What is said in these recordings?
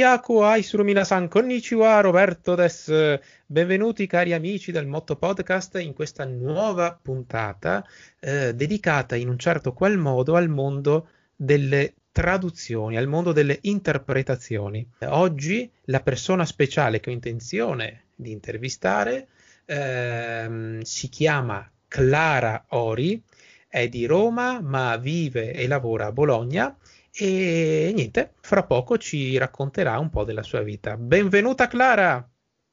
Konnichiwa, Aisuru minasan, konnichiwa, Roberto des. Benvenuti cari amici del Motto Podcast in questa nuova puntata dedicata in un certo qual modo al mondo delle traduzioni, al mondo delle interpretazioni. Oggi la persona speciale che ho intenzione di intervistare si chiama Clara Ori, è di Roma ma vive e lavora a Bologna. E niente, fra poco ci racconterà un po' della sua vita. Benvenuta Clara!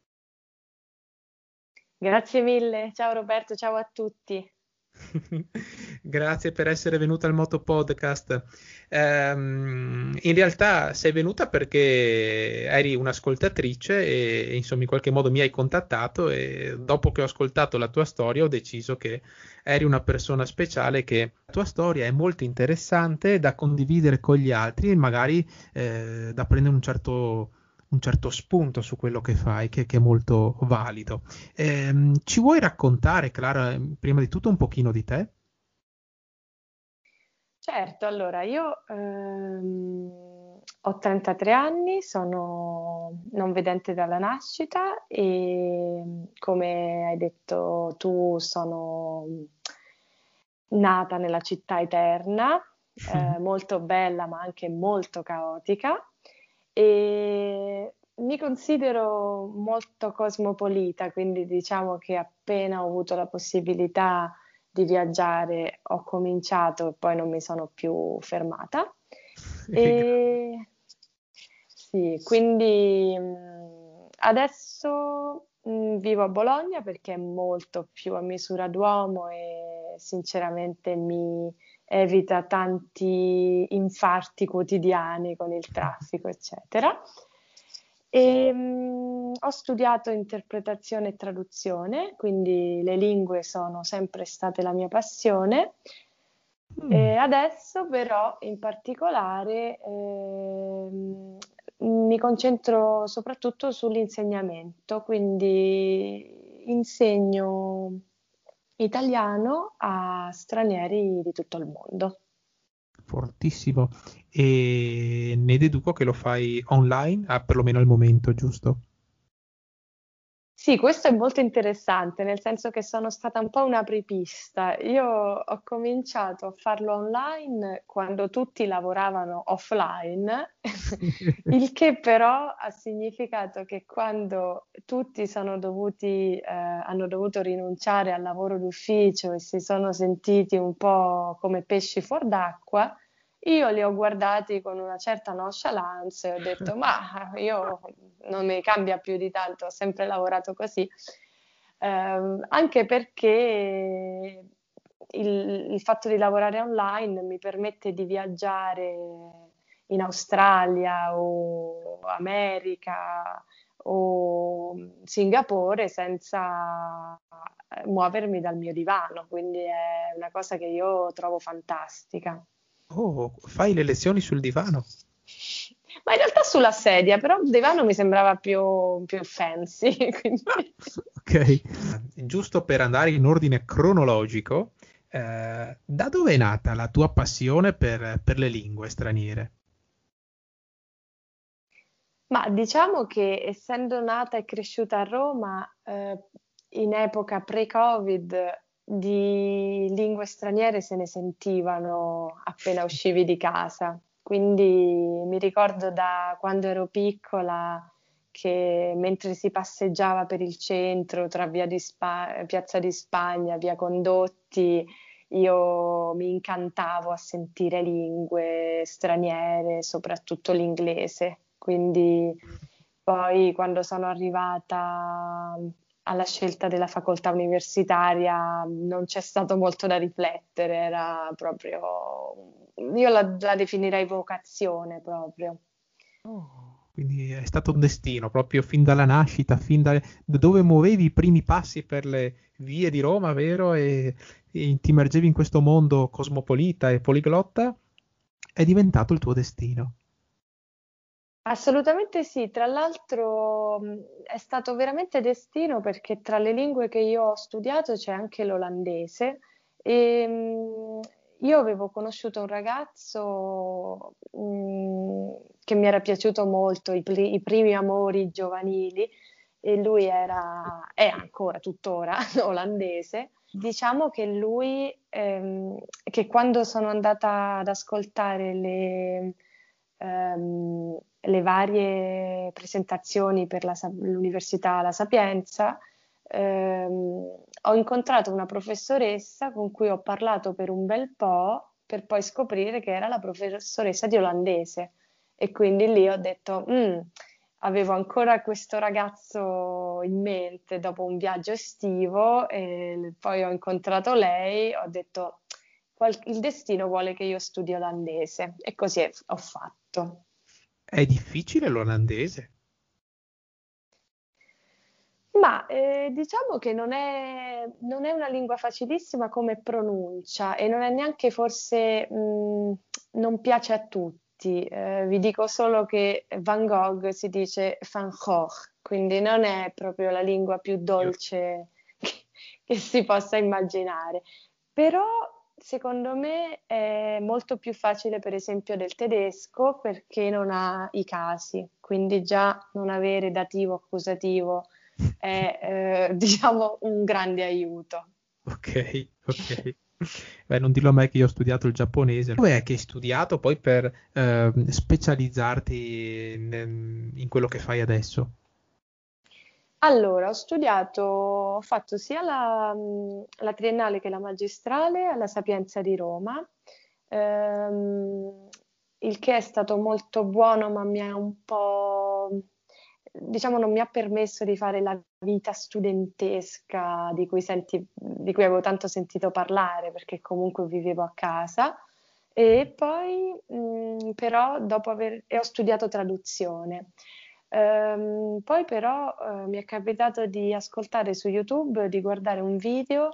Grazie mille, ciao Roberto, ciao a tutti. Grazie per essere venuta al Moto Podcast. In realtà sei venuta perché eri un'ascoltatrice e insomma in qualche modo mi hai contattato e dopo che ho ascoltato la tua storia ho deciso che eri una persona speciale, che la tua storia è molto interessante da condividere con gli altri e magari da prendere un certo spunto su quello che fai, che è molto valido. Ci vuoi raccontare, Clara, prima di tutto un pochino di te? Certo, allora io ho 33 anni, sono non vedente dalla nascita e come hai detto tu sono nata nella città eterna, molto bella ma anche molto caotica e mi considero molto cosmopolita, quindi diciamo che appena ho avuto la possibilità di viaggiare ho cominciato e poi non mi sono più fermata. E sì, quindi adesso vivo a Bologna perché è molto più a misura d'uomo e sinceramente mi evita tanti infarti quotidiani con il traffico, eccetera. E, ho studiato interpretazione e traduzione, quindi le lingue sono sempre state la mia passione. E adesso però in particolare mi concentro soprattutto sull'insegnamento, quindi insegno italiano a stranieri di tutto il mondo. Fortissimo. E ne deduco che lo fai online, perlomeno al momento, giusto? Sì, questo è molto interessante, nel senso che sono stata un po' un'apripista. Io ho cominciato a farlo online quando tutti lavoravano offline, il che però ha significato che quando tutti hanno dovuto rinunciare al lavoro d'ufficio e si sono sentiti un po' come pesci fuor d'acqua, io li ho guardati con una certa nonchalance e ho detto, ma io non mi cambia più di tanto, ho sempre lavorato così, anche perché il fatto di lavorare online mi permette di viaggiare in Australia o America o Singapore senza muovermi dal mio divano, quindi è una cosa che io trovo fantastica. Oh, fai le lezioni sul divano? Ma in realtà sulla sedia, però il divano mi sembrava più fancy, quindi... Ok. Giusto per andare in ordine cronologico, da dove è nata la tua passione per le lingue straniere? Ma diciamo che essendo nata e cresciuta a Roma, in epoca pre-Covid, di lingue straniere se ne sentivano appena uscivi di casa. Quindi mi ricordo da quando ero piccola che mentre si passeggiava per il centro tra Piazza di Spagna, via Condotti, io mi incantavo a sentire lingue straniere, soprattutto l'inglese. Quindi poi quando sono arrivata alla scelta della facoltà universitaria non c'è stato molto da riflettere, era proprio, io la definirei vocazione proprio. Oh, quindi è stato un destino, proprio fin dalla nascita, da dove muovevi i primi passi per le vie di Roma, vero? E ti immergevi in questo mondo cosmopolita e poliglotta, è diventato il tuo destino. Assolutamente sì, tra l'altro è stato veramente destino perché tra le lingue che io ho studiato c'è anche l'olandese e io avevo conosciuto un ragazzo che mi era piaciuto molto, i primi amori giovanili, e lui è ancora tuttora olandese. Diciamo che lui, che quando sono andata ad ascoltare le varie presentazioni per l'Università La Sapienza, ho incontrato una professoressa con cui ho parlato per un bel po', per poi scoprire che era la professoressa di olandese. E quindi lì ho detto, avevo ancora questo ragazzo in mente dopo un viaggio estivo, e poi ho incontrato lei, ho detto, il destino vuole che io studi olandese, e così ho fatto. È difficile l'olandese? Ma diciamo che non è una lingua facilissima come pronuncia, e non è neanche forse, non piace a tutti. Vi dico solo che Van Gogh si dice Van Gogh, quindi non è proprio la lingua più Io- dolce che si possa immaginare. Però secondo me è molto più facile, per esempio, del tedesco, perché non ha i casi, quindi già non avere dativo accusativo è diciamo un grande aiuto. Ok, ok. Beh, non dirlo a me che io ho studiato il giapponese. Dove è che hai studiato poi per specializzarti in quello che fai adesso? Allora, ho fatto sia la triennale che la magistrale alla Sapienza di Roma, ehm, il che è stato molto buono, ma mi ha un po', diciamo, non mi ha permesso di fare la vita studentesca di cui avevo tanto sentito parlare, perché comunque vivevo a casa. E poi, però, e ho studiato traduzione. Poi però mi è capitato di ascoltare su YouTube, di guardare un video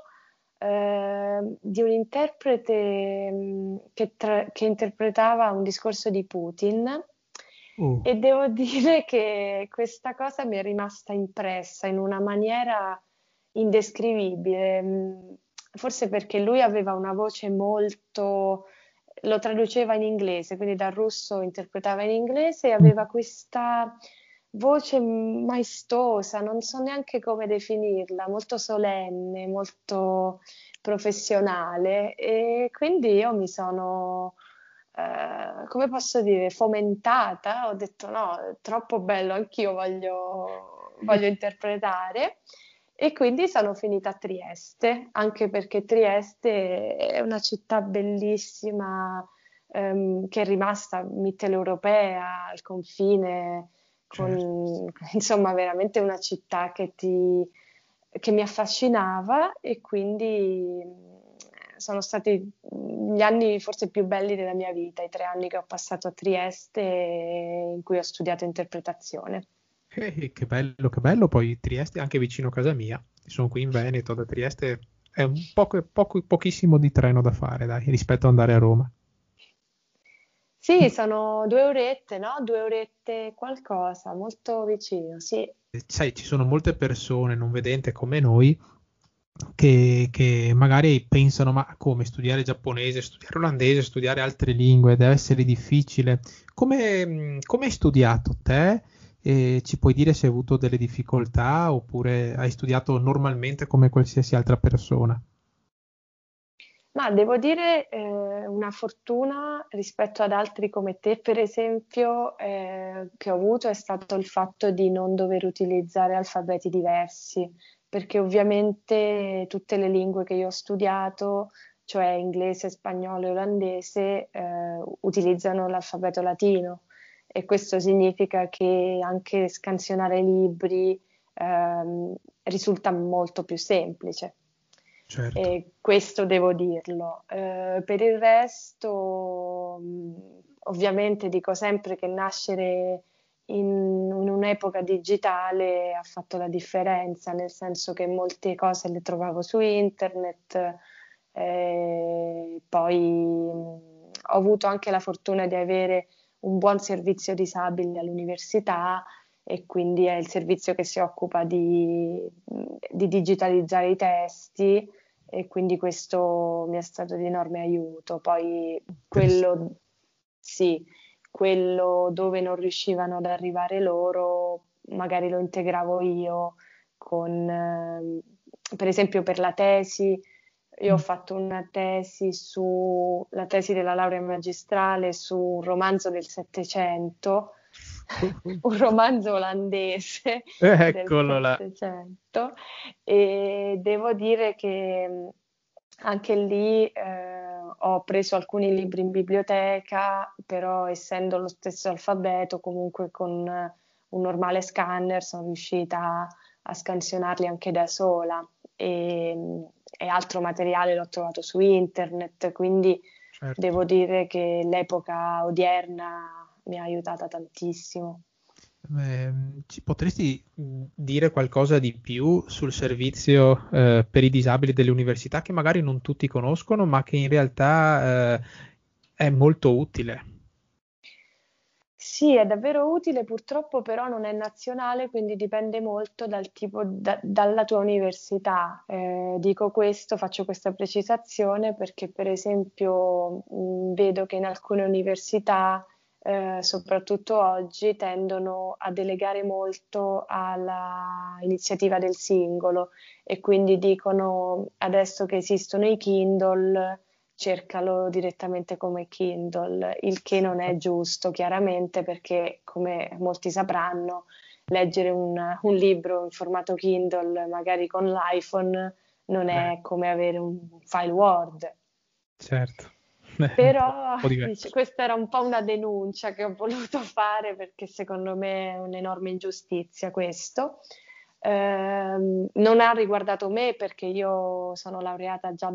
di un interprete che interpretava un discorso di Putin, Oh, e devo dire che questa cosa mi è rimasta impressa in una maniera indescrivibile. Forse perché lui aveva una voce molto, lo traduceva in inglese, quindi dal russo interpretava in inglese, e aveva questa voce maestosa, non so neanche come definirla, molto solenne, molto professionale, e quindi io mi sono, come posso dire, fomentata, ho detto no, è troppo bello, anch'io voglio interpretare. E quindi sono finita a Trieste, anche perché Trieste è una città bellissima, che è rimasta mitteleuropea, al confine certo. con, insomma, veramente una città che mi affascinava, e quindi sono stati gli anni forse più belli della mia vita, i 3 anni che ho passato a Trieste, in cui ho studiato interpretazione. Che bello, che bello. Poi Trieste è anche vicino a casa mia. Sono qui in Veneto, da Trieste è un pochissimo di treno da fare, dai, rispetto ad andare a Roma. Sì, sono 2 orette, no? 2 orette qualcosa, molto vicino, sì. Sai, ci sono molte persone non vedenti come noi che magari pensano, ma come studiare giapponese, studiare olandese, studiare altre lingue, deve essere difficile. Come hai studiato te? E ci puoi dire se hai avuto delle difficoltà oppure hai studiato normalmente come qualsiasi altra persona? Ma devo dire una fortuna rispetto ad altri come te, per esempio, che ho avuto, è stato il fatto di non dover utilizzare alfabeti diversi, perché ovviamente tutte le lingue che io ho studiato, cioè inglese, spagnolo e olandese, utilizzano l'alfabeto latino, e questo significa che anche scansionare libri risulta molto più semplice. Certo. E questo devo dirlo. Per il resto, ovviamente dico sempre che nascere in un'epoca digitale ha fatto la differenza, nel senso che molte cose le trovavo su internet. Poi ho avuto anche la fortuna di avere un buon servizio disabili all'università, e quindi è il servizio che si occupa di digitalizzare i testi, e quindi questo mi è stato di enorme aiuto. Poi quello, sì, quello dove non riuscivano ad arrivare loro, magari lo integravo io con, per esempio per la tesi. Io ho fatto una tesi la tesi della laurea magistrale su un romanzo del Settecento, un romanzo olandese del Eccolo là. Settecento, e devo dire che anche lì ho preso alcuni libri in biblioteca, però essendo lo stesso alfabeto, comunque con un normale scanner sono riuscita a scansionarli anche da sola. E altro materiale l'ho trovato su internet, quindi Certo. devo dire che l'epoca odierna mi ha aiutata tantissimo. Ci potresti dire qualcosa di più sul servizio per i disabili delle università che magari non tutti conoscono, ma che in realtà è molto utile? Sì, è davvero utile, purtroppo però non è nazionale, quindi dipende molto dal tipo, dalla tua università. Dico questo, faccio questa precisazione perché per esempio vedo che in alcune università, soprattutto oggi, tendono a delegare molto alla iniziativa del singolo e quindi dicono adesso che esistono i Kindle, cercalo direttamente come Kindle, il che non è giusto chiaramente perché, come molti sapranno, leggere un libro in formato Kindle, magari con l'iPhone, non è come avere un file Word. Certo, è un Però po' diverso. questa era un po' una denuncia che ho voluto fare perché secondo me è un'enorme ingiustizia questo. Non ha riguardato me perché io sono laureata già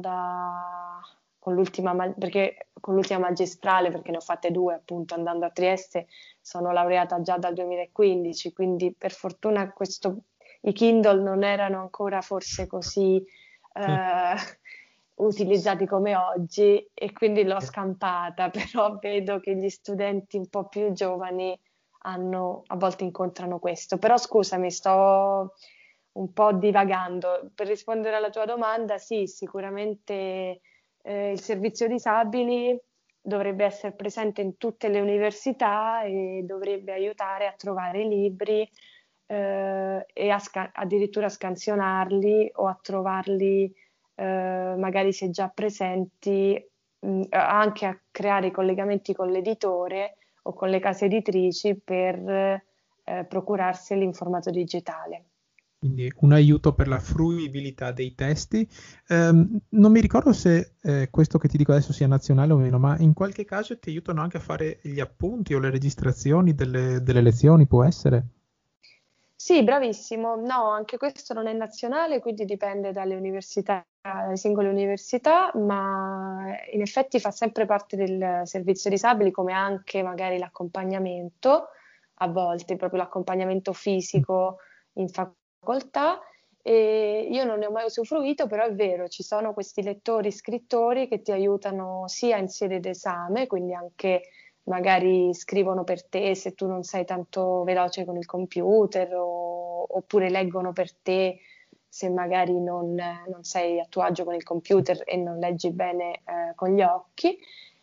perché con l'ultima magistrale, perché ne ho fatte due appunto andando a Trieste, sono laureata già dal 2015, quindi per fortuna i Kindle non erano ancora forse così eh, utilizzati come oggi e quindi l'ho scampata, però vedo che gli studenti un po' più giovani a volte incontrano questo. Però scusami, sto un po' divagando. Per rispondere alla tua domanda, sì, sicuramente il servizio disabili dovrebbe essere presente in tutte le università e dovrebbe aiutare a trovare i libri e addirittura a scansionarli o a trovarli magari se già presenti, anche a creare i collegamenti con l'editore o con le case editrici per procurarseli in formato digitale. Quindi un aiuto per la fruibilità dei testi. Non mi ricordo se questo che ti dico adesso sia nazionale o meno, ma in qualche caso ti aiutano anche a fare gli appunti o le registrazioni delle lezioni, può essere? Sì, bravissimo. No, anche questo non è nazionale, quindi dipende dalle università, dalle singole università, ma in effetti fa sempre parte del servizio disabili, come anche magari l'accompagnamento, a volte proprio l'accompagnamento fisico in facoltà. E io non ne ho mai usufruito, però è vero, ci sono questi lettori, scrittori che ti aiutano sia in sede d'esame, quindi anche magari scrivono per te se tu non sei tanto veloce con il computer oppure leggono per te se magari non sei a tuo agio con il computer e non leggi bene con gli occhi.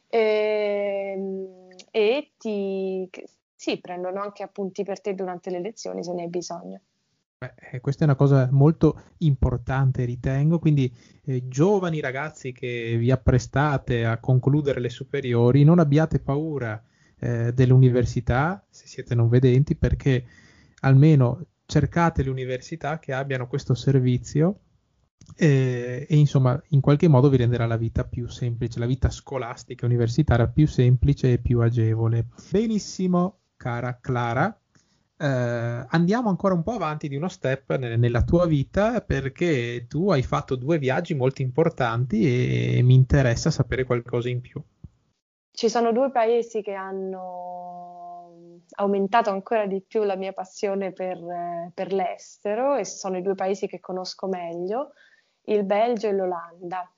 E sì, prendono anche appunti per te durante le lezioni se ne hai bisogno. Beh, questa è una cosa molto importante, ritengo, quindi giovani ragazzi che vi apprestate a concludere le superiori, non abbiate paura dell'università, se siete non vedenti, perché almeno cercate le università che abbiano questo servizio e insomma in qualche modo vi renderà la vita più semplice, la vita scolastica universitaria più semplice e più agevole. Benissimo, cara Clara. Andiamo ancora un po' avanti di uno step nella tua vita perché tu hai fatto due viaggi molto importanti e mi interessa sapere qualcosa in più. Ci sono due paesi che hanno aumentato ancora di più la mia passione per l'estero e sono i due paesi che conosco meglio, il Belgio e l'Olanda.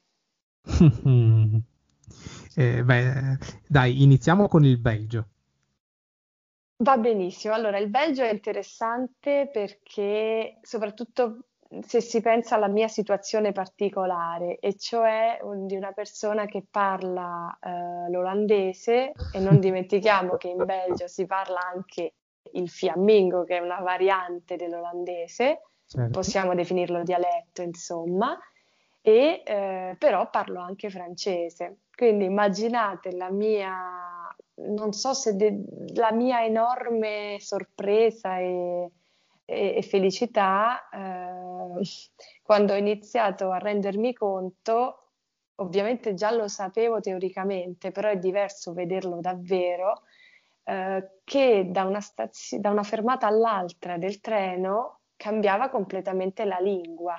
Beh, dai, iniziamo con il Belgio. Va benissimo. Allora, il Belgio è interessante perché soprattutto se si pensa alla mia situazione particolare, e cioè di una persona che parla l'olandese, e non dimentichiamo che in Belgio si parla anche il fiammingo, che è una variante dell'olandese, Certo. possiamo definirlo dialetto, insomma, e però parlo anche francese. Quindi immaginate la mia, non so se la mia enorme sorpresa e felicità quando ho iniziato a rendermi conto, ovviamente già lo sapevo teoricamente, però è diverso vederlo davvero, che da una fermata all'altra del treno cambiava completamente la lingua.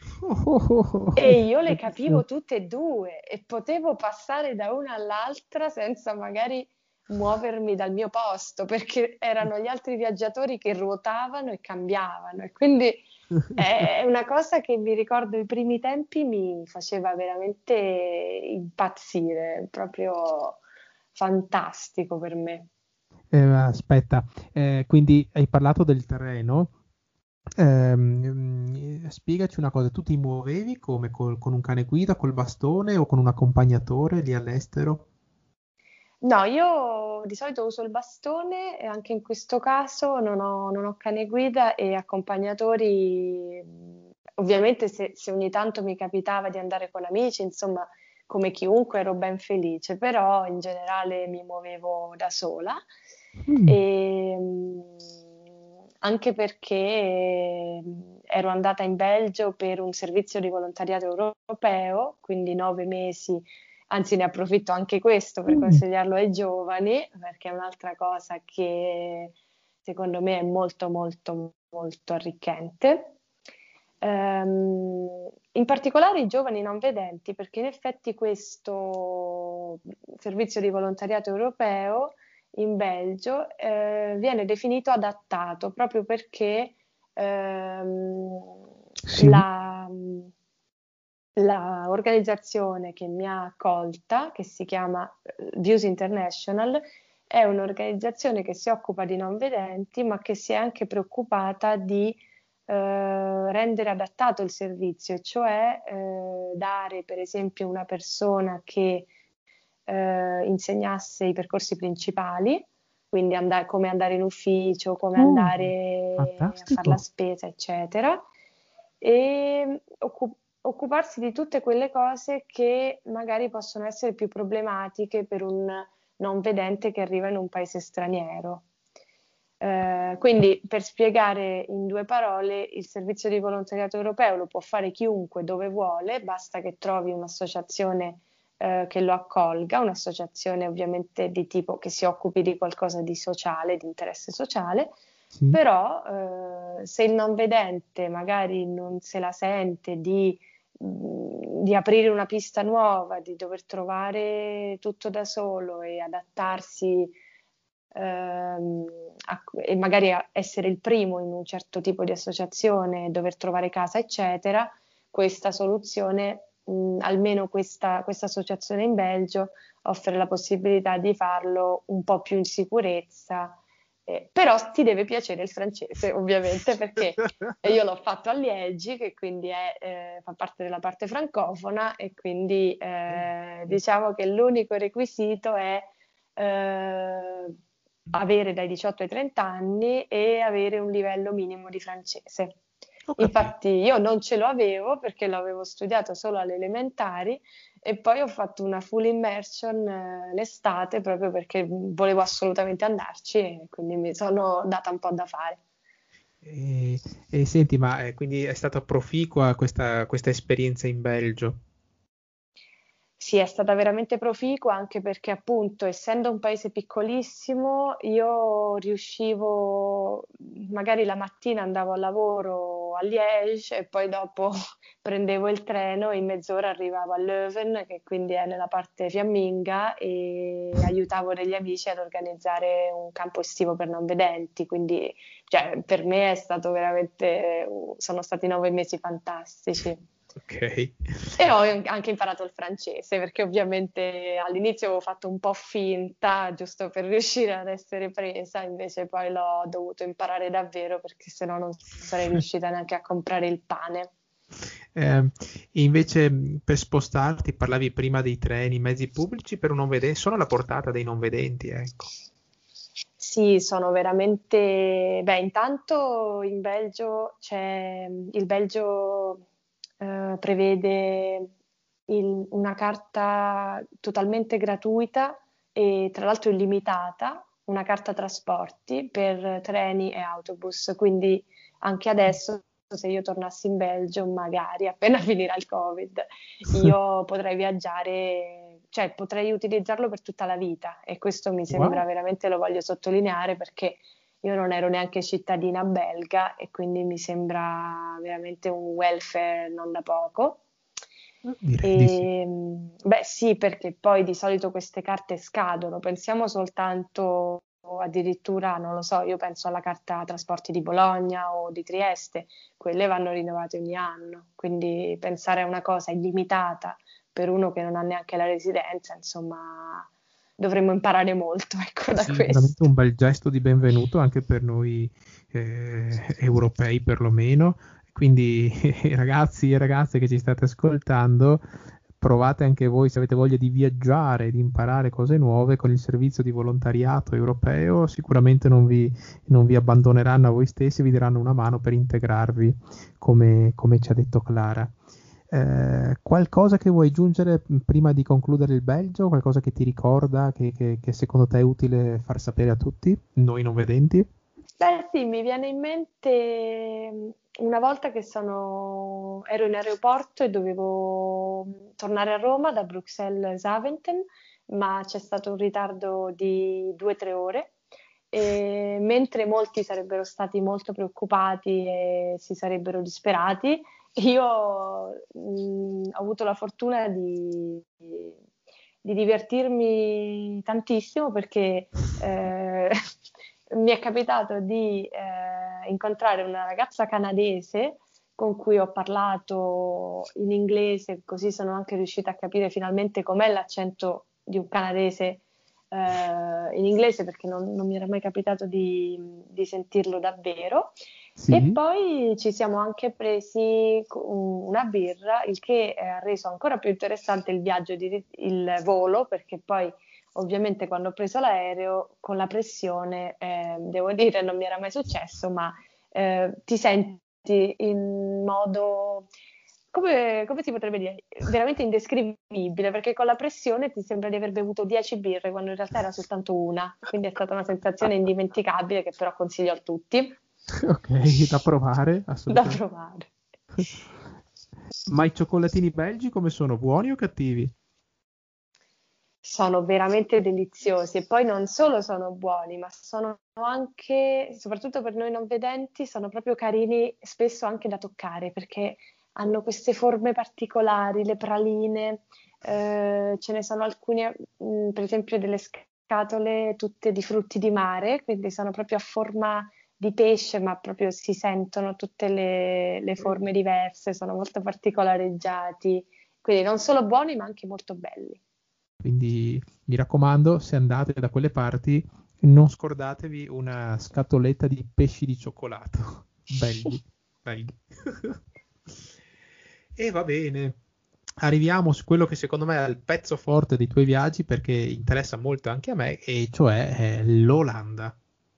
E io le Bellissimo. capivo tutte e due e potevo passare da una all'altra senza magari muovermi dal mio posto, perché erano gli altri viaggiatori che ruotavano e cambiavano. E quindi è una cosa che mi ricordo i primi tempi mi faceva veramente impazzire, proprio fantastico per me. Aspetta, quindi hai parlato del treno. Spiegaci una cosa, tu ti muovevi come con un cane guida, col bastone o con un accompagnatore lì all'estero? No, io di solito uso il bastone e anche in questo caso non ho cane guida e accompagnatori. Ovviamente se ogni tanto mi capitava di andare con amici, insomma, come chiunque ero ben felice, però in generale mi muovevo da sola. Mm. E, anche perché ero andata in Belgio per un servizio di volontariato europeo, quindi 9 mesi. Anzi, ne approfitto anche questo per Mm. consigliarlo ai giovani, perché è un'altra cosa che secondo me è molto, molto, molto arricchente. In particolare i giovani non vedenti, perché in effetti questo servizio di volontariato europeo in Belgio viene definito adattato proprio perché Sì. la organizzazione che mi ha accolta, che si chiama Views International, è un'organizzazione che si occupa di non vedenti, ma che si è anche preoccupata di rendere adattato il servizio, cioè dare per esempio una persona che insegnasse i percorsi principali, quindi come andare in ufficio, come Oh, andare a fare la fantastico. spesa, eccetera, e occuparsi di tutte quelle cose che magari possono essere più problematiche per un non vedente che arriva in un paese straniero. Quindi, per spiegare in 2 parole, il servizio di volontariato europeo lo può fare chiunque dove vuole, basta che trovi un'associazione che lo accolga, un'associazione ovviamente di tipo che si occupi di qualcosa di sociale, di interesse sociale, Sì. però se il non vedente magari non se la sente di aprire una pista nuova, di dover trovare tutto da solo e adattarsi e magari essere il primo in un certo tipo di associazione, dover trovare casa, eccetera, questa soluzione, almeno questa associazione in Belgio, offre la possibilità di farlo un po' più in sicurezza. Però ti deve piacere il francese, ovviamente, perché io l'ho fatto a Liegi, che quindi fa parte della parte francofona, e quindi diciamo che l'unico requisito è eh, avere dai 18 ai 30 anni e avere un livello minimo di francese. Ho Infatti capito. io non ce lo avevo perché l'avevo studiato solo alle elementari e poi ho fatto una full immersion l'estate proprio perché volevo assolutamente andarci e quindi mi sono data un po' da fare. E, e senti, ma quindi è stata proficua questa esperienza in Belgio? Sì, è stata veramente proficua anche perché appunto, essendo un paese piccolissimo, io riuscivo, magari la mattina andavo al lavoro a Liège e poi dopo prendevo il treno e in mezz'ora arrivavo a Leuven, che quindi è nella parte fiamminga, e aiutavo degli amici ad organizzare un campo estivo per non vedenti. Quindi, cioè, per me è stato veramente, sono stati 9 mesi fantastici. Ok. E ho anche imparato il francese, perché ovviamente all'inizio avevo fatto un po' finta, giusto per riuscire ad essere presa, invece poi l'ho dovuto imparare davvero, perché sennò non sarei riuscita neanche a comprare il pane. E invece per spostarti, parlavi prima dei treni, mezzi pubblici per un non vedente, sono alla portata dei non vedenti, ecco. Sì, sono veramente... Beh, intanto in Belgio c'è... Il Belgio prevede una carta totalmente gratuita e tra l'altro illimitata, una carta trasporti per treni e autobus, quindi anche adesso se io tornassi in Belgio, magari appena finirà il Covid, io potrei viaggiare, cioè potrei utilizzarlo per tutta la vita e questo mi sembra Wow. veramente, lo voglio sottolineare perché io non ero neanche cittadina belga e quindi mi sembra veramente un welfare non da poco. Direi di sì. E, beh sì, perché poi di solito queste carte scadono, pensiamo soltanto addirittura, non lo so, io penso alla carta trasporti di Bologna o di Trieste, quelle vanno rinnovate ogni anno, quindi pensare a una cosa illimitata per uno che non ha neanche la residenza, insomma, dovremmo imparare molto, ecco, da Sì, veramente questo. un bel gesto di benvenuto anche per noi europei perlomeno. Quindi ragazzi e ragazze che ci state ascoltando, provate anche voi se avete voglia di viaggiare, di imparare cose nuove con il servizio di volontariato europeo, sicuramente non vi abbandoneranno a voi stessi, vi daranno una mano per integrarvi, come ci ha detto Clara. Qualcosa che vuoi aggiungere prima di concludere il Belgio? Qualcosa che ti ricorda, che secondo te è utile far sapere a tutti, noi non vedenti? Beh, sì, mi viene in mente una volta che ero in aeroporto e dovevo tornare a Roma da Bruxelles-Zaventem, ma c'è stato un ritardo di 2 o 3 ore. E mentre molti sarebbero stati molto preoccupati e si sarebbero disperati, io ho avuto la fortuna di divertirmi tantissimo perché mi è capitato di incontrare una ragazza canadese con cui ho parlato in inglese, così sono anche riuscita a capire finalmente com'è l'accento di un canadese in inglese perché non mi era mai capitato di sentirlo davvero. E Sì, poi ci siamo anche presi una birra, il che ha reso ancora più interessante il viaggio, il volo, perché poi ovviamente quando ho preso l'aereo con la pressione, devo dire, non mi era mai successo, ma ti senti in modo, come si potrebbe dire, veramente indescrivibile, perché con la pressione ti sembra di aver bevuto 10 birre quando in realtà era soltanto una, quindi è stata una sensazione indimenticabile che però consiglio a tutti ok, da provare, da assolutamente. provare. Ma i cioccolatini belgi come sono? Buoni o cattivi? Sono veramente deliziosi e poi non solo sono buoni, ma sono anche, soprattutto per noi non vedenti, sono proprio carini spesso anche da toccare perché hanno queste forme particolari, le praline, ce ne sono alcune, per esempio delle scatole tutte di frutti di mare, quindi sono proprio a forma di pesce, ma proprio si sentono tutte le forme diverse, sono molto particolareggiati, quindi non solo buoni, ma anche molto belli. Quindi mi raccomando, se andate da quelle parti, non scordatevi una scatoletta di pesci di cioccolato. Belli, belli. E va bene. Arriviamo su quello che secondo me è il pezzo forte dei tuoi viaggi perché interessa molto anche a me, e cioè l'Olanda.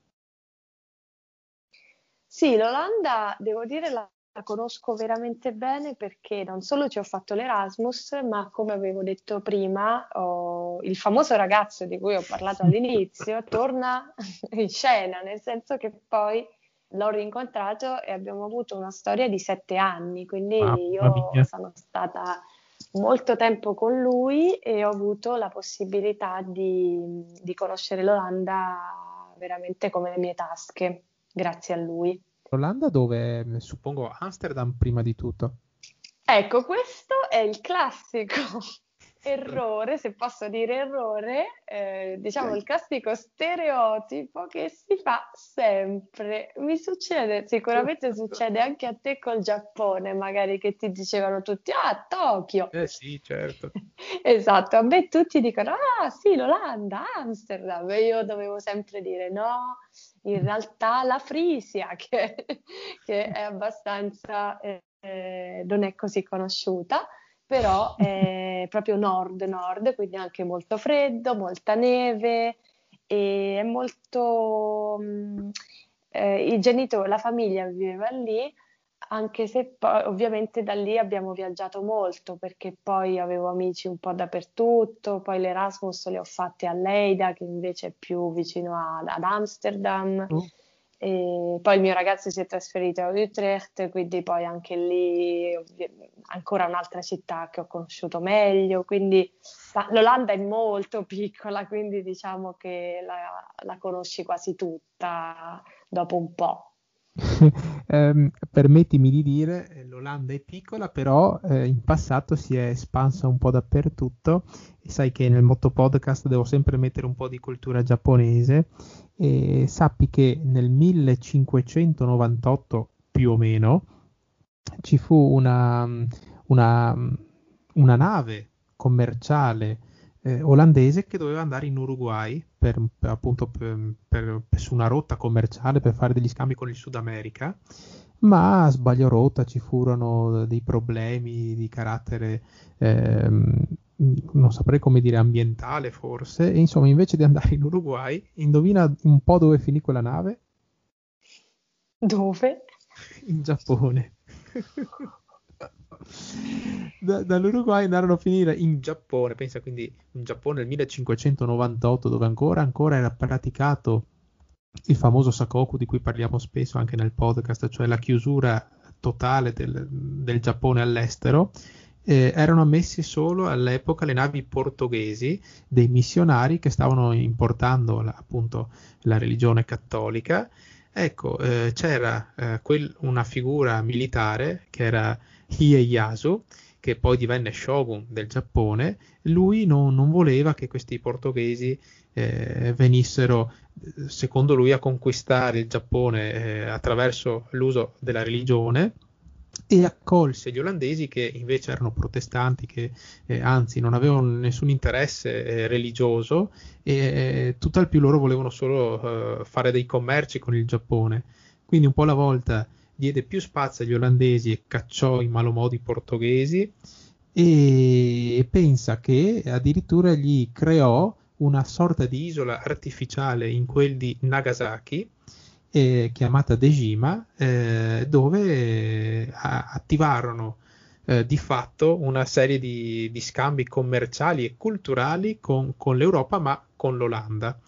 Sì, l'Olanda, devo dire, la conosco veramente bene perché non solo ci ho fatto l'Erasmus, ma come avevo detto prima, il famoso ragazzo di cui ho parlato all'inizio torna in scena, nel senso che poi l'ho rincontrato e abbiamo avuto una storia di 7 anni, quindi Mamma io mia. sono stata molto tempo con lui e ho avuto la possibilità di conoscere l'Olanda veramente come le mie tasche, grazie a lui. L'Olanda dove? Suppongo Amsterdam prima di tutto. Ecco, questo è il classico. errore, se posso dire errore, diciamo il classico stereotipo che si fa sempre. Mi succede, sicuramente succede anche a te col Giappone, magari che ti dicevano tutti, ah, Tokyo. Sì, certo. Esatto, a me tutti dicono, ah sì, l'Olanda, Amsterdam, e io dovevo sempre dire no, in realtà la Frisia, che è abbastanza, non è così conosciuta, però è proprio nord-nord, quindi anche molto freddo, molta neve e è molto... i genitori, la famiglia viveva lì, anche se poi ovviamente da lì abbiamo viaggiato molto perché poi avevo amici un po' dappertutto, poi l'Erasmus le ho fatte a Leida che invece è più vicino ad Amsterdam Oh. e poi il mio ragazzo si è trasferito a Utrecht, quindi poi anche lì ancora un'altra città che ho conosciuto meglio, quindi l'Olanda è molto piccola, quindi diciamo che la conosci quasi tutta dopo un po'. Permettimi di dire, l'Olanda è piccola, però in passato si è espansa un po' dappertutto e sai che nel motto podcast devo sempre mettere un po' di cultura giapponese e sappi che nel 1598 più o meno ci fu una, una nave commerciale olandese che doveva andare in Uruguay appunto su una rotta commerciale per fare degli scambi con il Sud America, ma sbagliò rotta, ci furono dei problemi di carattere, non saprei come dire, ambientale forse, e insomma invece di andare in Uruguay, indovina un po' dove finì quella nave? Dove? In Giappone. Dall'Uruguay andarono a finire in Giappone, pensa quindi in Giappone nel 1598, dove ancora era praticato il famoso Sakoku di cui parliamo spesso anche nel podcast, cioè la chiusura totale del Giappone all'estero. Erano ammessi solo all'epoca le navi portoghesi dei missionari che stavano importando appunto la religione cattolica. Ecco, c'era una figura militare che era Ieyasu, che poi divenne shogun del Giappone. Lui non voleva che questi portoghesi venissero, secondo lui, a conquistare il Giappone attraverso l'uso della religione e accolse gli olandesi che invece erano protestanti, che anzi non avevano nessun interesse religioso e tutt'al più loro volevano solo fare dei commerci con il Giappone. Quindi un po' alla volta diede più spazio agli olandesi e cacciò in malo modo i portoghesi e pensa che addirittura gli creò una sorta di isola artificiale in quel di Nagasaki chiamata Dejima, dove attivarono di fatto una serie di scambi commerciali e culturali con l'Europa, ma con l'Olanda.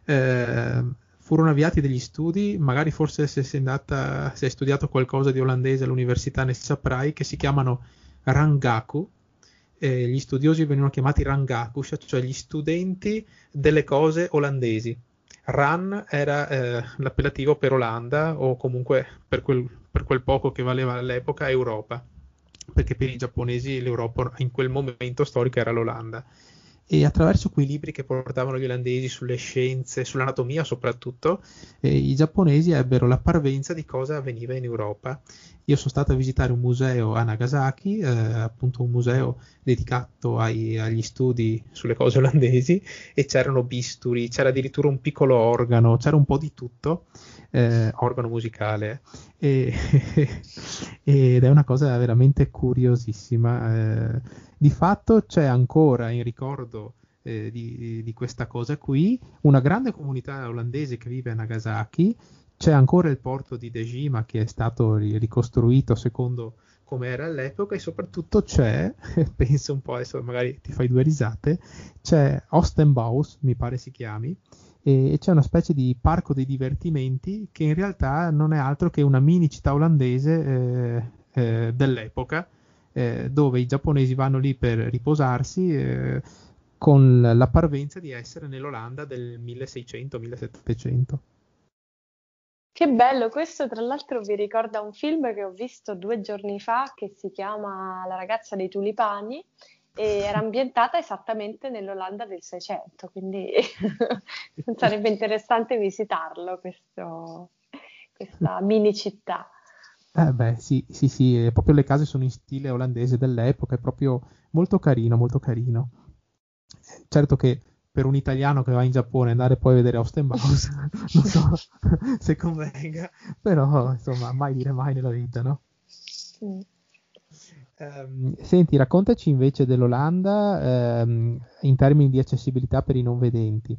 Furono avviati degli studi, magari forse se hai studiato qualcosa di olandese all'università ne saprai, che si chiamano Rangaku. Gli studiosi venivano chiamati Rangaku, cioè gli studenti delle cose olandesi. Ran era l'appellativo per Olanda o comunque per quel poco che valeva all'epoca Europa, perché per i giapponesi l'Europa in quel momento storico era l'Olanda. E attraverso quei libri che portavano gli olandesi sulle scienze, sull'anatomia soprattutto, i giapponesi ebbero la parvenza di cosa avveniva in Europa. Io sono stato a visitare un museo a Nagasaki, appunto un museo dedicato agli studi sulle cose olandesi, e c'erano bisturi, c'era addirittura un piccolo organo, c'era un po' di tutto, organo musicale, e, ed è una cosa veramente curiosissima. Di fatto c'è ancora in ricordo di questa cosa qui una grande comunità olandese che vive a Nagasaki, c'è ancora il porto di Dejima che è stato ricostruito secondo come era all'epoca e soprattutto c'è, penso un po', adesso magari ti fai due risate, c'è Oosterbosch, mi pare si chiami, e c'è una specie di parco dei divertimenti che in realtà non è altro che una mini città olandese dell'epoca, dove i giapponesi vanno lì per riposarsi con la parvenza di essere nell'Olanda del 1600-1700. Che bello, questo tra l'altro mi ricorda un film che ho visto 2 giorni fa che si chiama La ragazza dei tulipani e era ambientata esattamente nell'Olanda del 600, quindi sarebbe interessante visitarlo, questa mini città. Beh, sì, sì, sì, proprio le case sono in stile olandese dell'epoca, è proprio molto carino, molto carino. Certo che per un italiano che va in Giappone andare poi a vedere Austin Mouse, non so se convenga, però insomma, mai dire mai nella vita, no? Mm. Senti, raccontaci invece dell'Olanda, in termini di accessibilità per i non vedenti.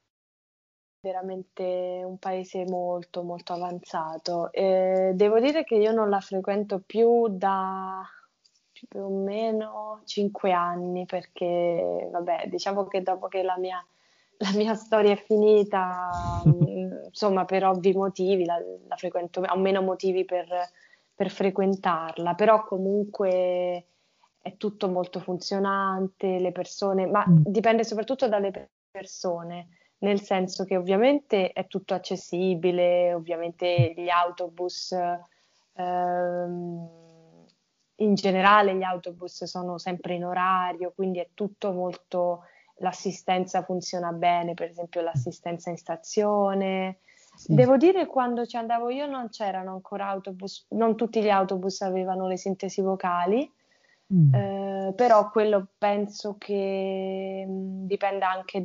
Veramente un paese molto molto avanzato. Devo dire che io non la frequento più da più o meno 5 anni perché, vabbè, diciamo che dopo che la mia storia è finita, insomma, per ovvi motivi la frequento, ho meno motivi per frequentarla, però comunque è tutto molto funzionante, le persone, ma Mm. dipende soprattutto dalle persone, nel senso che ovviamente è tutto accessibile, ovviamente gli autobus, ehm, in generale gli autobus sono sempre in orario, quindi è tutto molto, l'assistenza funziona bene, per esempio l'assistenza in stazione. Sì. Devo dire, quando ci andavo io non c'erano ancora autobus, non tutti gli autobus avevano le sintesi vocali, Mm. però quello penso che dipenda anche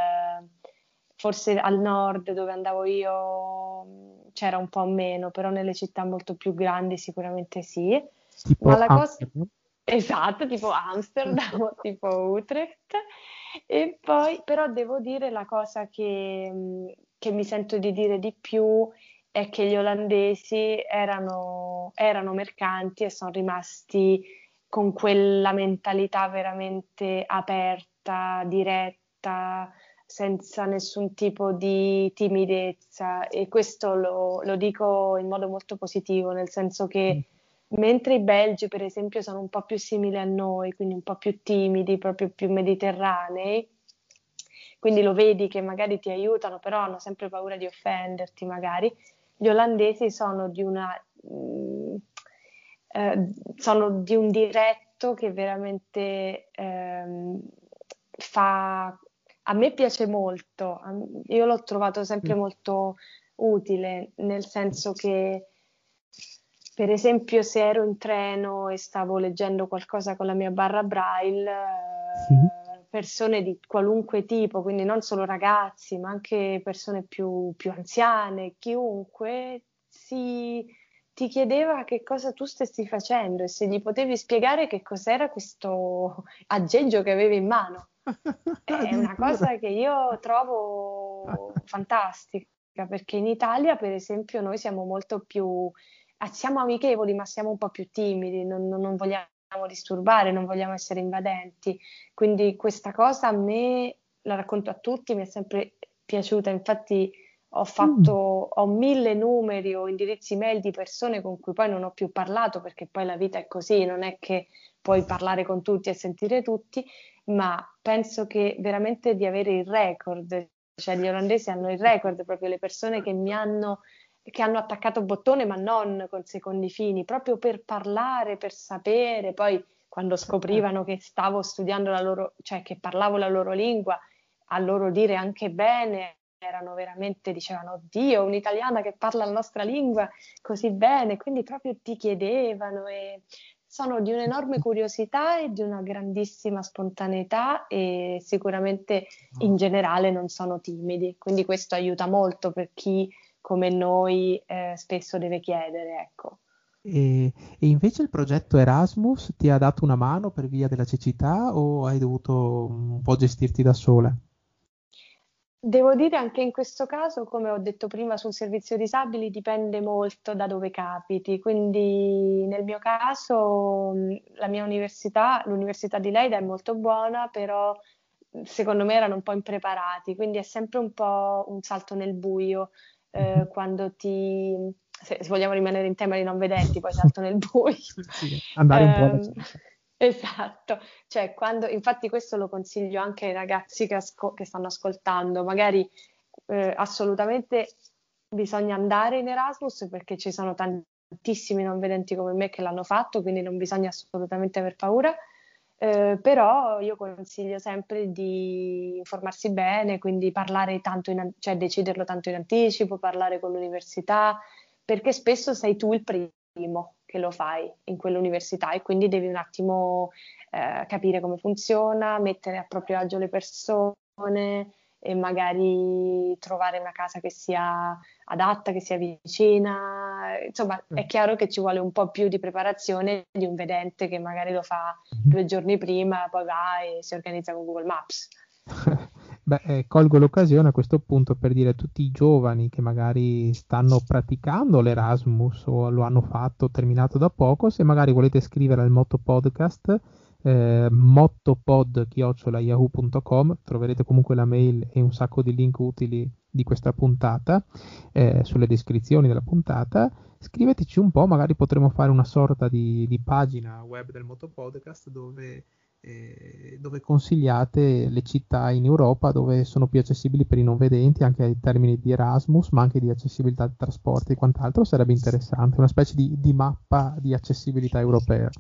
forse al nord dove andavo io c'era un po' meno, però nelle città molto più grandi sicuramente sì. Ma Tipo la cosa, Amsterdam. esatto, tipo Amsterdam o tipo Utrecht. E poi, però devo dire la cosa che mi sento di dire di più è che gli olandesi erano mercanti e sono rimasti con quella mentalità veramente aperta, diretta, senza nessun tipo di timidezza. E questo lo dico in modo molto positivo, nel senso Mm. che mentre i belgi, per esempio, sono un po' più simili a noi, quindi un po' più timidi, proprio più mediterranei, quindi lo vedi che magari ti aiutano, però hanno sempre paura di offenderti, magari. Gli olandesi sono di un diretto che veramente a me piace molto, io l'ho trovato sempre molto utile, nel senso che, per esempio, se ero in treno e stavo leggendo qualcosa con la mia barra Braille, Sì. persone di qualunque tipo, quindi non solo ragazzi, ma anche persone più anziane, chiunque, ti chiedeva che cosa tu stessi facendo e se gli potevi spiegare che cos'era questo aggeggio che avevi in mano. È una Addirittura. cosa che io trovo fantastica, perché in Italia, per esempio, noi siamo molto più, siamo amichevoli, ma siamo un po' più timidi, non vogliamo disturbare, non vogliamo essere invadenti. Quindi questa cosa a me, la racconto a tutti, mi è sempre piaciuta. Infatti Mm. ho 1000 numeri o indirizzi mail di persone con cui poi non ho più parlato, perché poi la vita è così, non è che puoi parlare con tutti e sentire tutti, ma penso che veramente di avere il record, cioè gli olandesi hanno il record, proprio le persone che hanno attaccato bottone, ma non con secondi fini, proprio per parlare, per sapere, poi quando scoprivano che stavo studiando la loro, cioè che parlavo la loro lingua, a loro dire anche bene, erano veramente, dicevano, Oddio, un'italiana che parla la nostra lingua così bene, quindi proprio ti chiedevano e sono di un'enorme curiosità e di una grandissima spontaneità e sicuramente in generale non sono timidi, quindi questo aiuta molto per chi come noi spesso deve chiedere, ecco. E invece il progetto Erasmus ti ha dato una mano per via della cecità o hai dovuto un po' gestirti da sola? Devo dire anche in questo caso, come ho detto prima sul servizio disabili, dipende molto da dove capiti. Quindi nel mio caso la mia università, l'università di Leida è molto buona, però secondo me erano un po' impreparati, quindi è sempre un po' un salto nel buio Mhm. quando se vogliamo rimanere in tema di non vedenti, poi salto nel buio. Sì, andare un po' alla Ehm, cieca. esatto, cioè infatti questo lo consiglio anche ai ragazzi che stanno ascoltando, magari assolutamente bisogna andare in Erasmus perché ci sono tantissimi non vedenti come me che l'hanno fatto, quindi non bisogna assolutamente aver paura. Però io consiglio sempre di informarsi bene, quindi parlare tanto cioè deciderlo tanto in anticipo, parlare con l'università, perché spesso sei tu il primo che lo fai in quell'università e quindi devi un attimo capire come funziona, mettere a proprio agio le persone e magari trovare una casa che sia adatta, che sia vicina. Insomma, è chiaro che ci vuole un po' più di preparazione di un vedente che magari lo fa 2 giorni prima, poi va e si organizza con Google Maps. Beh, colgo l'occasione a questo punto per dire a tutti i giovani che magari stanno praticando l'Erasmus o lo hanno fatto, terminato da poco, se magari volete scrivere al Motto Podcast, mottopod@yahoo.com, troverete comunque la mail e un sacco di link utili di questa puntata, sulle descrizioni della puntata. Scriveteci un po', magari potremo fare una sorta di pagina web del Motto Podcast dove consigliate le città in Europa dove sono più accessibili per i non vedenti, anche in termini di Erasmus, ma anche di accessibilità di trasporti e quant'altro. Sarebbe interessante, una specie di mappa di accessibilità europea.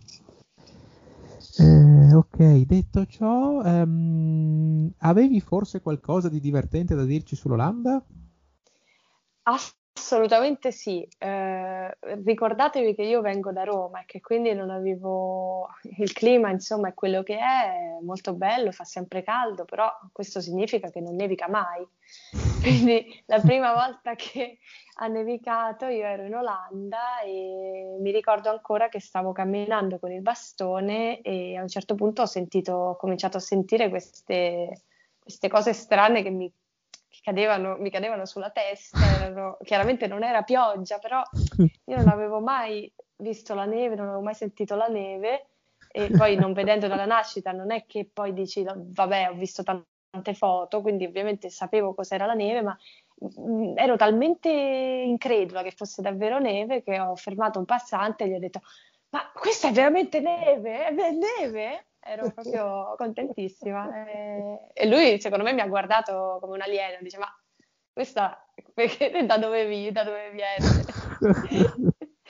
Ok, detto ciò, avevi forse qualcosa di divertente da dirci sull'Olanda? Assolutamente sì. Ricordatevi che io vengo da Roma e che quindi non avevo il clima, insomma, è quello che è molto bello, fa sempre caldo, però questo significa che non nevica mai. Quindi la prima volta che ha nevicato io ero in Olanda e mi ricordo ancora che stavo camminando con il bastone e a un certo punto ho cominciato a sentire queste cose strane che mi cadevano sulla testa. Chiaramente non era pioggia, però io non avevo mai visto la neve, non avevo mai sentito la neve e poi non vedendo dalla nascita non è che poi dici vabbè, ho visto tante foto, quindi ovviamente sapevo cos'era la neve, ma ero talmente incredula che fosse davvero neve che ho fermato un passante e gli ho detto: ma questa è veramente neve? È neve? Ero proprio contentissima. E lui, secondo me, mi ha guardato come un alieno. Dice: ma questa perché, da dove viene?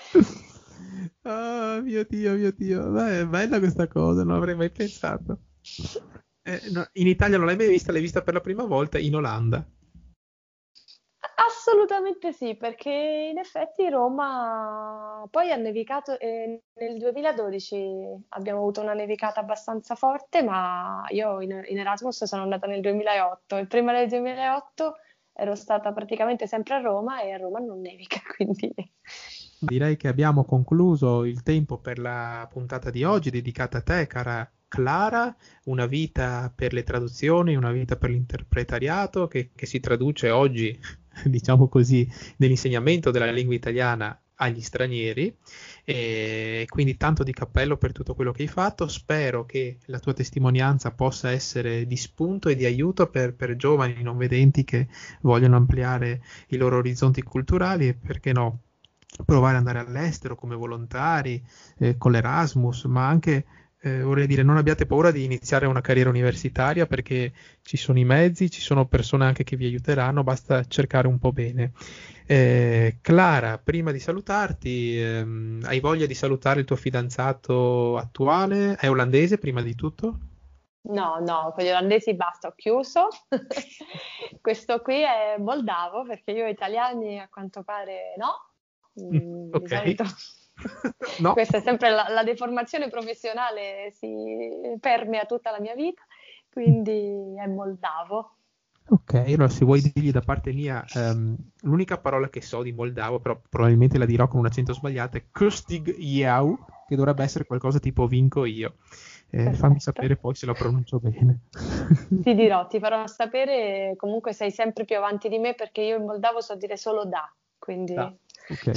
Oh mio Dio, mio Dio. Beh, è bella questa cosa, non avrei mai pensato. No, in Italia non l'hai mai vista, l'hai vista per la prima volta in Olanda. Assolutamente sì, perché in effetti Roma poi ha nevicato nel 2012 abbiamo avuto una nevicata abbastanza forte, ma io in Erasmus sono andata nel 2008 e prima del 2008 ero stata praticamente sempre a Roma e a Roma non nevica, quindi Direi che abbiamo concluso il tempo per la puntata di oggi dedicata a te, cara Clara, una vita per le traduzioni, una vita per l'interpretariato che si traduce oggi, diciamo così, nell'insegnamento della lingua italiana agli stranieri. E quindi tanto di cappello per tutto quello che hai fatto. Spero che la tua testimonianza possa essere di spunto e di aiuto per giovani non vedenti che vogliono ampliare i loro orizzonti culturali e, perché no, provare ad andare all'estero come volontari, con l'Erasmus, ma anche, vorrei dire, non abbiate paura di iniziare una carriera universitaria perché ci sono i mezzi, ci sono persone anche che vi aiuteranno, basta cercare un po' bene. Clara, prima di salutarti, hai voglia di salutare il tuo fidanzato attuale? È olandese prima di tutto? no, con gli olandesi basta, ho chiuso. Questo qui è moldavo perché io italiani a quanto pare no. Di Ok. solito No. questa è sempre la deformazione professionale, si permea tutta la mia vita, quindi è moldavo. Ok, allora se vuoi dirgli da parte mia, l'unica parola che so di moldavo, però probabilmente la dirò con un accento sbagliato, è Kustig Jau, che dovrebbe essere qualcosa tipo vinco io. Fammi Perfetto. sapere poi se lo pronuncio bene. Ti dirò, ti farò sapere, comunque sei sempre più avanti di me perché io in moldavo so dire solo da, Ah, quindi ok.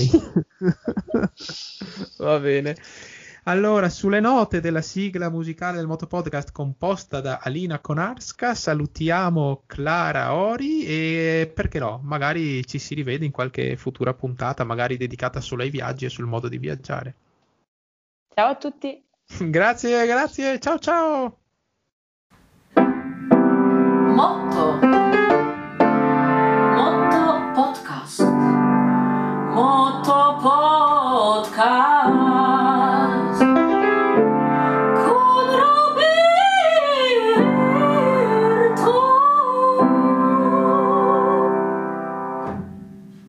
Va bene. Allora, sulle note della sigla musicale del Motopodcast composta da Alina Konarska, salutiamo Clara Ori e perché no, magari ci si rivede in qualche futura puntata, magari dedicata solo ai viaggi e sul modo di viaggiare. ciao a tutti! Grazie, grazie, ciao ciao! Motto Motto Podcast Motto Podcast